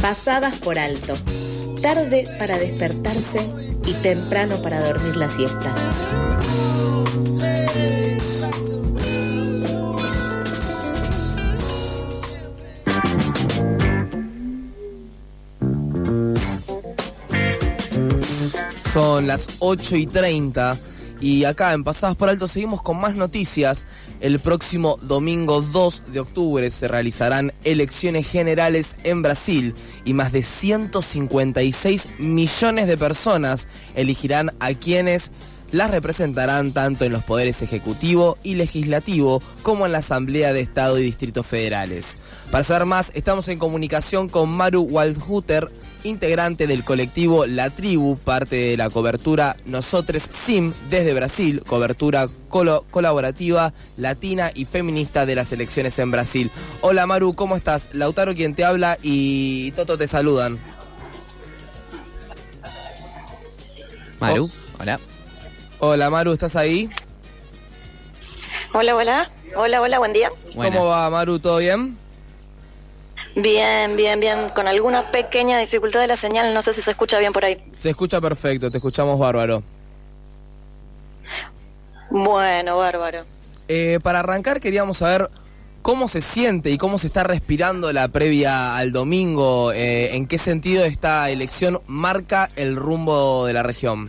pasadas por alto, tarde para despertarse y temprano para dormir la siesta. Son las 8:30 y acá en Pasadas por Alto seguimos con más noticias. El próximo domingo 2 de octubre se realizarán elecciones generales en Brasil y más de 156 millones de personas elegirán a quienes las representarán tanto en los poderes ejecutivo y legislativo como en la Asamblea de Estado y Distritos Federales. Para saber más, estamos en comunicación con Maru Waldhuter, integrante del colectivo La Tribu, parte de la cobertura Nosotres Sim desde Brasil, cobertura colaborativa, latina y feminista de las elecciones en Brasil. Hola Maru, ¿cómo estás? Lautaro quien te habla y Toto te saludan. Maru, hola. Hola Maru, ¿estás ahí? Hola, hola. Hola, buen día. Buenas. ¿Cómo va Maru? ¿Todo bien? Bien. Con alguna pequeña dificultad de la señal, no sé si se escucha bien por ahí. Se escucha perfecto, te escuchamos bárbaro. Bueno, bárbaro. Para arrancar queríamos saber cómo se siente y cómo se está respirando la previa al domingo. ¿En qué sentido esta elección marca el rumbo de la región?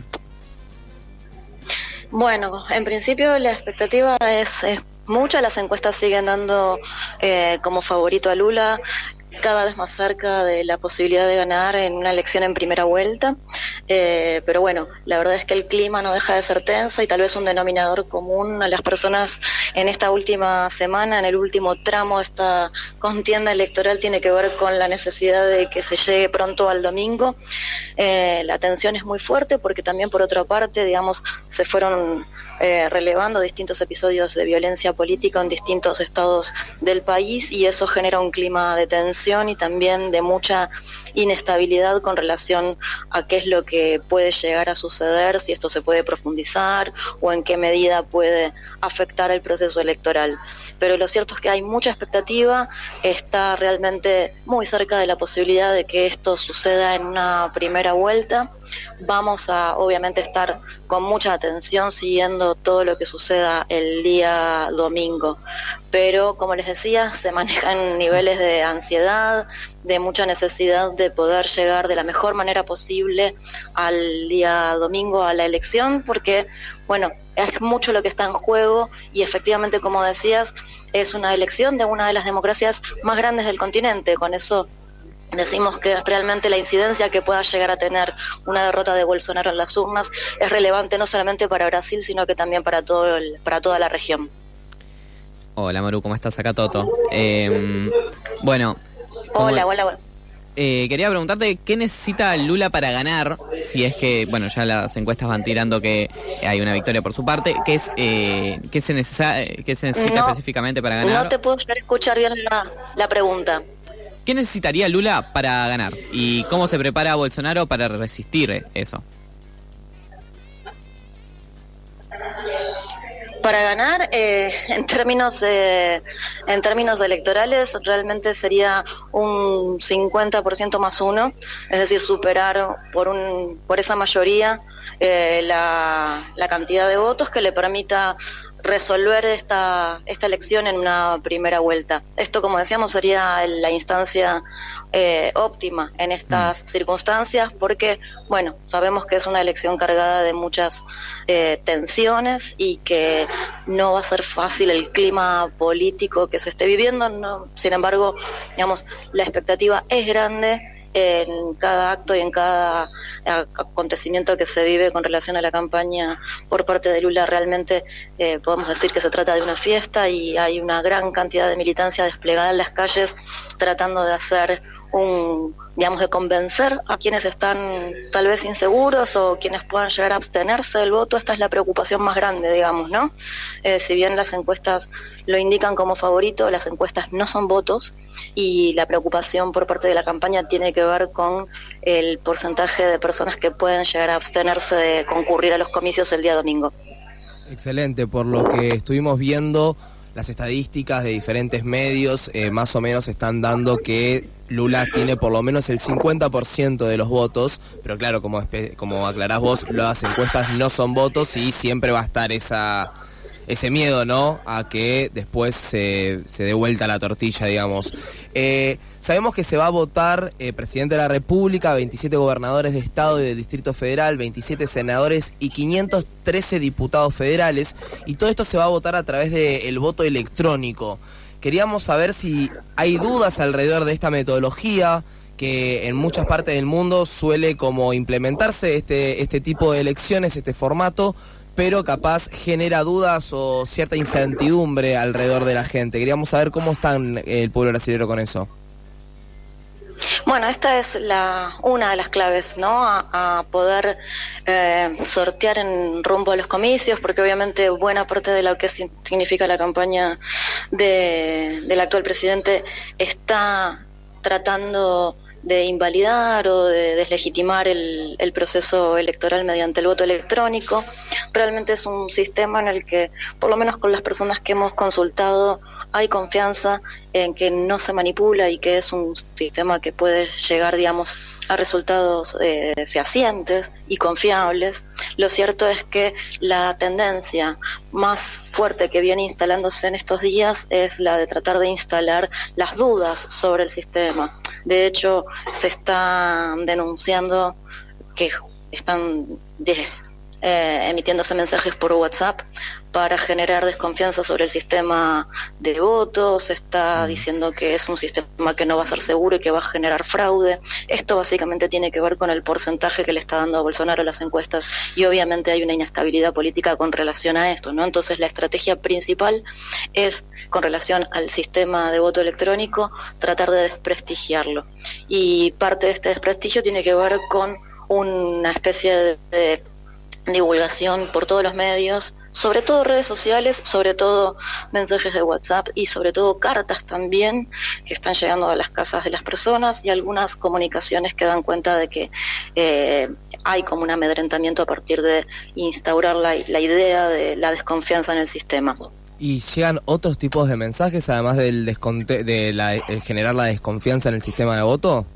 Bueno, en principio la expectativa es mucha. Las encuestas siguen dando como favorito a Lula, cada vez más cerca de la posibilidad de ganar en una elección en primera vuelta, pero bueno, la verdad es que el clima no deja de ser tenso y tal vez un denominador común a las personas en esta última semana, en el último tramo de esta contienda electoral, tiene que ver con la necesidad de que se llegue pronto al domingo. La tensión es muy fuerte porque también por otra parte, digamos, se fueron relevando distintos episodios de violencia política en distintos estados del país y eso genera un clima de tensión y también de mucha inestabilidad con relación a qué es lo que puede llegar a suceder, si esto se puede profundizar o en qué medida puede afectar el proceso electoral. Pero lo cierto es que hay mucha expectativa, está realmente muy cerca de la posibilidad de que esto suceda en una primera vuelta. Vamos a obviamente estar con mucha atención siguiendo todo lo que suceda el día domingo, pero como les decía, se manejan niveles de ansiedad, de mucha necesidad de poder llegar de la mejor manera posible al día domingo a la elección, porque bueno, es mucho lo que está en juego y efectivamente, como decías, es una elección de una de las democracias más grandes del continente. Con eso decimos que realmente la incidencia que pueda llegar a tener una derrota de Bolsonaro en las urnas es relevante no solamente para Brasil, sino que también para toda la región. Hola Maru, ¿cómo estás? Acá Toto. Bueno. Hola. Quería preguntarte qué necesita Lula para ganar, si es que, bueno, ya las encuestas van tirando que hay una victoria por su parte. ¿Qué se necesita específicamente para ganar? No te puedo escuchar bien la pregunta. ¿Qué necesitaría Lula para ganar? ¿Y cómo se prepara Bolsonaro para resistir eso? Para ganar, en términos electorales, realmente sería un 50% más uno, es decir, superar por esa mayoría la cantidad de votos que le permita resolver esta elección en una primera vuelta. Esto, como decíamos, sería la instancia óptima en estas circunstancias, porque, bueno, sabemos que es una elección cargada de muchas tensiones y que no va a ser fácil el clima político que se esté viviendo. No, sin embargo, digamos, la expectativa es grande en cada acto y en cada acontecimiento que se vive con relación a la campaña por parte de Lula. Realmente podemos decir que se trata de una fiesta y hay una gran cantidad de militancia desplegada en las calles tratando de hacer de convencer a quienes están tal vez inseguros o quienes puedan llegar a abstenerse del voto. Esta es la preocupación más grande, digamos, ¿no? Si bien las encuestas lo indican como favorito, las encuestas no son votos y la preocupación por parte de la campaña tiene que ver con el porcentaje de personas que pueden llegar a abstenerse de concurrir a los comicios el día domingo. Excelente, por lo que estuvimos viendo, las estadísticas de diferentes medios más o menos están dando que Lula tiene por lo menos el 50% de los votos, pero claro, como aclarás vos, las encuestas no son votos y siempre va a estar ese miedo, ¿no?, a que después se dé vuelta la tortilla, digamos. Sabemos que se va a votar presidente de la República, 27 gobernadores de Estado y del Distrito Federal, 27 senadores y 513 diputados federales, y todo esto se va a votar a través del voto electrónico. Queríamos saber si hay dudas alrededor de esta metodología, que en muchas partes del mundo suele como implementarse este tipo de elecciones, este formato, pero capaz genera dudas o cierta incertidumbre alrededor de la gente. Queríamos saber cómo están el pueblo brasileño con eso. Bueno, esta es una de las claves, ¿no?, a poder sortear en rumbo a los comicios, porque obviamente buena parte de lo que significa la campaña del actual presidente está tratando de invalidar o de deslegitimar el proceso electoral mediante el voto electrónico. Realmente es un sistema en el que, por lo menos con las personas que hemos consultado, hay confianza en que no se manipula y que es un sistema que puede llegar, digamos, a resultados fehacientes y confiables. Lo cierto es que la tendencia más fuerte que viene instalándose en estos días es la de tratar de instalar las dudas sobre el sistema. De hecho, se está denunciando que están emitiéndose mensajes por WhatsApp para generar desconfianza sobre el sistema de votos. Se está diciendo que es un sistema que no va a ser seguro y que va a generar fraude. Esto básicamente tiene que ver con el porcentaje que le está dando a Bolsonaro a las encuestas, y obviamente hay una inestabilidad política con relación a esto, ¿no? Entonces la estrategia principal es, con relación al sistema de voto electrónico, tratar de desprestigiarlo, y parte de este desprestigio tiene que ver con una especie de divulgación por todos los medios, sobre todo redes sociales, sobre todo mensajes de WhatsApp y sobre todo cartas también que están llegando a las casas de las personas, y algunas comunicaciones que dan cuenta de que hay como un amedrentamiento a partir de instaurar la idea de la desconfianza en el sistema. ¿Y llegan otros tipos de mensajes además del generar la desconfianza en el sistema de voto?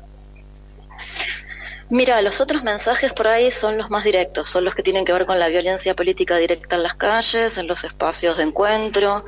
Mira, los otros mensajes por ahí son los más directos, son los que tienen que ver con la violencia política directa en las calles, en los espacios de encuentro.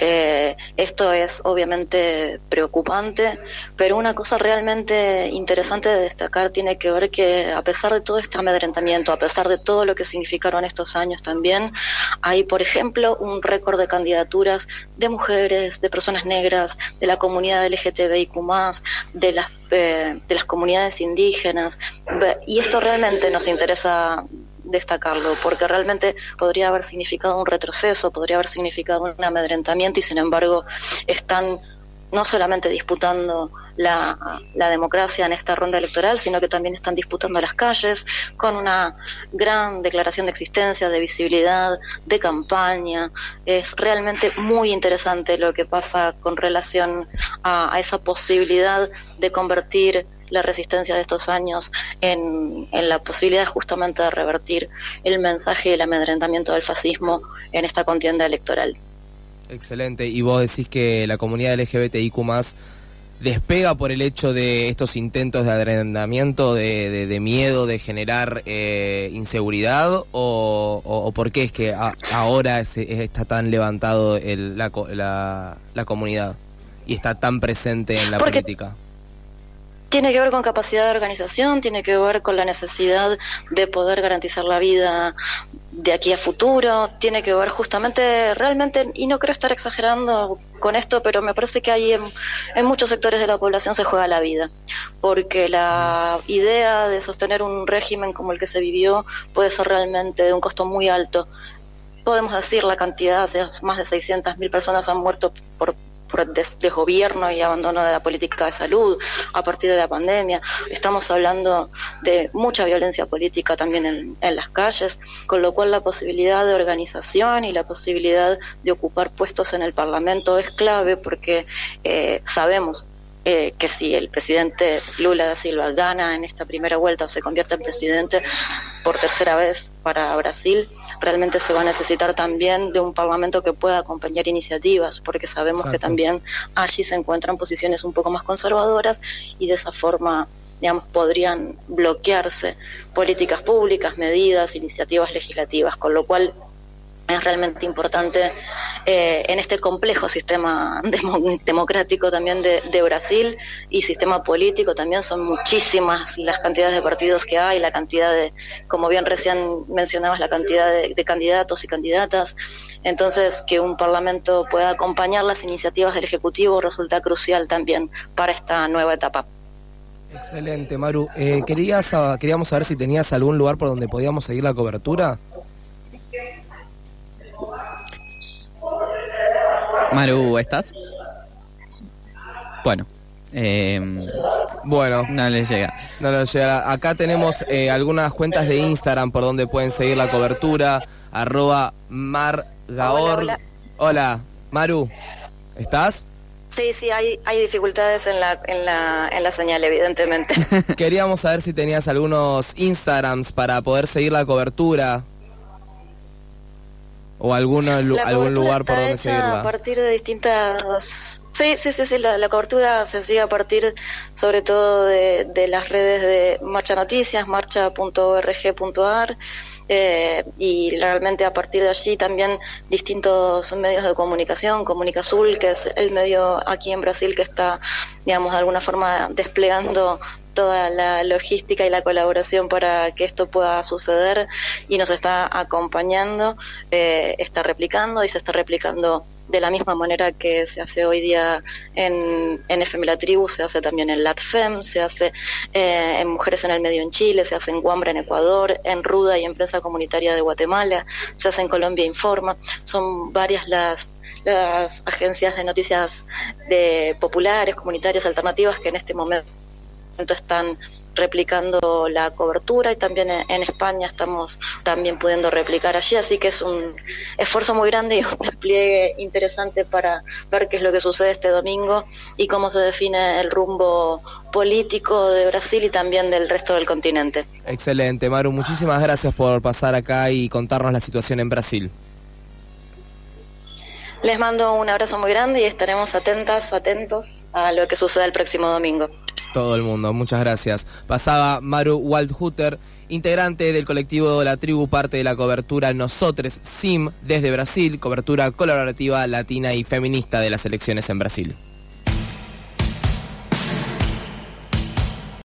Esto es obviamente preocupante, pero una cosa realmente interesante de destacar tiene que ver que, a pesar de todo este amedrentamiento, a pesar de todo lo que significaron estos años también, hay, por ejemplo, un récord de candidaturas de mujeres, de personas negras, de la comunidad LGTBIQ+, de las comunidades indígenas, y esto realmente nos interesa destacarlo, porque realmente podría haber significado un retroceso, podría haber significado un amedrentamiento, y sin embargo están no solamente disputando la democracia en esta ronda electoral, sino que también están disputando las calles con una gran declaración de existencia, de visibilidad, de campaña. Es realmente muy interesante lo que pasa con relación a esa posibilidad de convertir la resistencia de estos años en la posibilidad justamente de revertir el mensaje y el amedrentamiento del fascismo en esta contienda electoral. Excelente. Y vos decís que la comunidad LGBTIQ+ despega por el hecho de estos intentos de amedrentamiento, de miedo, de generar inseguridad, o por qué es que ahora está tan levantado la comunidad y está tan presente en la política? Tiene que ver con capacidad de organización, tiene que ver con la necesidad de poder garantizar la vida de aquí a futuro, tiene que ver justamente, realmente, y no creo estar exagerando con esto, pero me parece que ahí en muchos sectores de la población se juega la vida, porque la idea de sostener un régimen como el que se vivió puede ser realmente de un costo muy alto. Podemos decir la cantidad de más de 600.000 personas han muerto por desgobierno y abandono de la política de salud a partir de la pandemia. Estamos hablando de mucha violencia política también en las calles, con lo cual la posibilidad de organización y la posibilidad de ocupar puestos en el Parlamento es clave, porque sabemos que si el presidente Lula da Silva gana en esta primera vuelta o se convierte en presidente, por tercera vez para Brasil, realmente se va a necesitar también de un parlamento que pueda acompañar iniciativas, porque sabemos Exacto. que también allí se encuentran posiciones un poco más conservadoras y de esa forma, digamos, podrían bloquearse políticas públicas, medidas, iniciativas legislativas, con lo cual es realmente importante en este complejo sistema democrático también de Brasil y sistema político también. Son muchísimas las cantidades de partidos que hay, la cantidad de, como bien recién mencionabas, la cantidad de candidatos y candidatas. Entonces, que un parlamento pueda acompañar las iniciativas del Ejecutivo resulta crucial también para esta nueva etapa. Excelente, Maru. Queríamos saber si tenías algún lugar por donde podíamos seguir la cobertura. Maru, ¿estás? Bueno. Bueno, No les llega. no nos llega. Acá tenemos algunas cuentas de Instagram por donde pueden seguir la cobertura. @margaor. Hola. Hola, Maru, ¿estás? Sí, hay dificultades en la señal, evidentemente. Queríamos saber si tenías algunos Instagrams para poder seguir la cobertura. O algún lugar por donde seguirla. A partir de distintas... Sí, la cobertura se sigue a partir sobre todo de las redes de Marcha Noticias, marcha.org.ar, y realmente a partir de allí también distintos medios de comunicación, Comunica Azul, que es el medio aquí en Brasil que está, digamos, de alguna forma desplegando toda la logística y la colaboración para que esto pueda suceder y nos está acompañando, está replicando y se está replicando de la misma manera que se hace hoy día en FM La Tribu, se hace también en LatFem, se hace en Mujeres en el Medio en Chile, se hace en Guambra en Ecuador, en Ruda y en Prensa Comunitaria de Guatemala, se hace en Colombia Informa. Son varias las agencias de noticias populares, comunitarias, alternativas que en este momento están replicando la cobertura, y también en España estamos también pudiendo replicar allí, así que es un esfuerzo muy grande y un despliegue interesante para ver qué es lo que sucede este domingo y cómo se define el rumbo político de Brasil y también del resto del continente. Excelente, Maru, muchísimas gracias por pasar acá y contarnos la situación en Brasil. Les mando un abrazo muy grande y estaremos atentos a lo que suceda el próximo domingo. Todo el mundo, muchas gracias. Pasaba Maru Waldhutter, integrante del colectivo La Tribu, parte de la cobertura Nosotres SIM desde Brasil, cobertura colaborativa, latina y feminista de las elecciones en Brasil.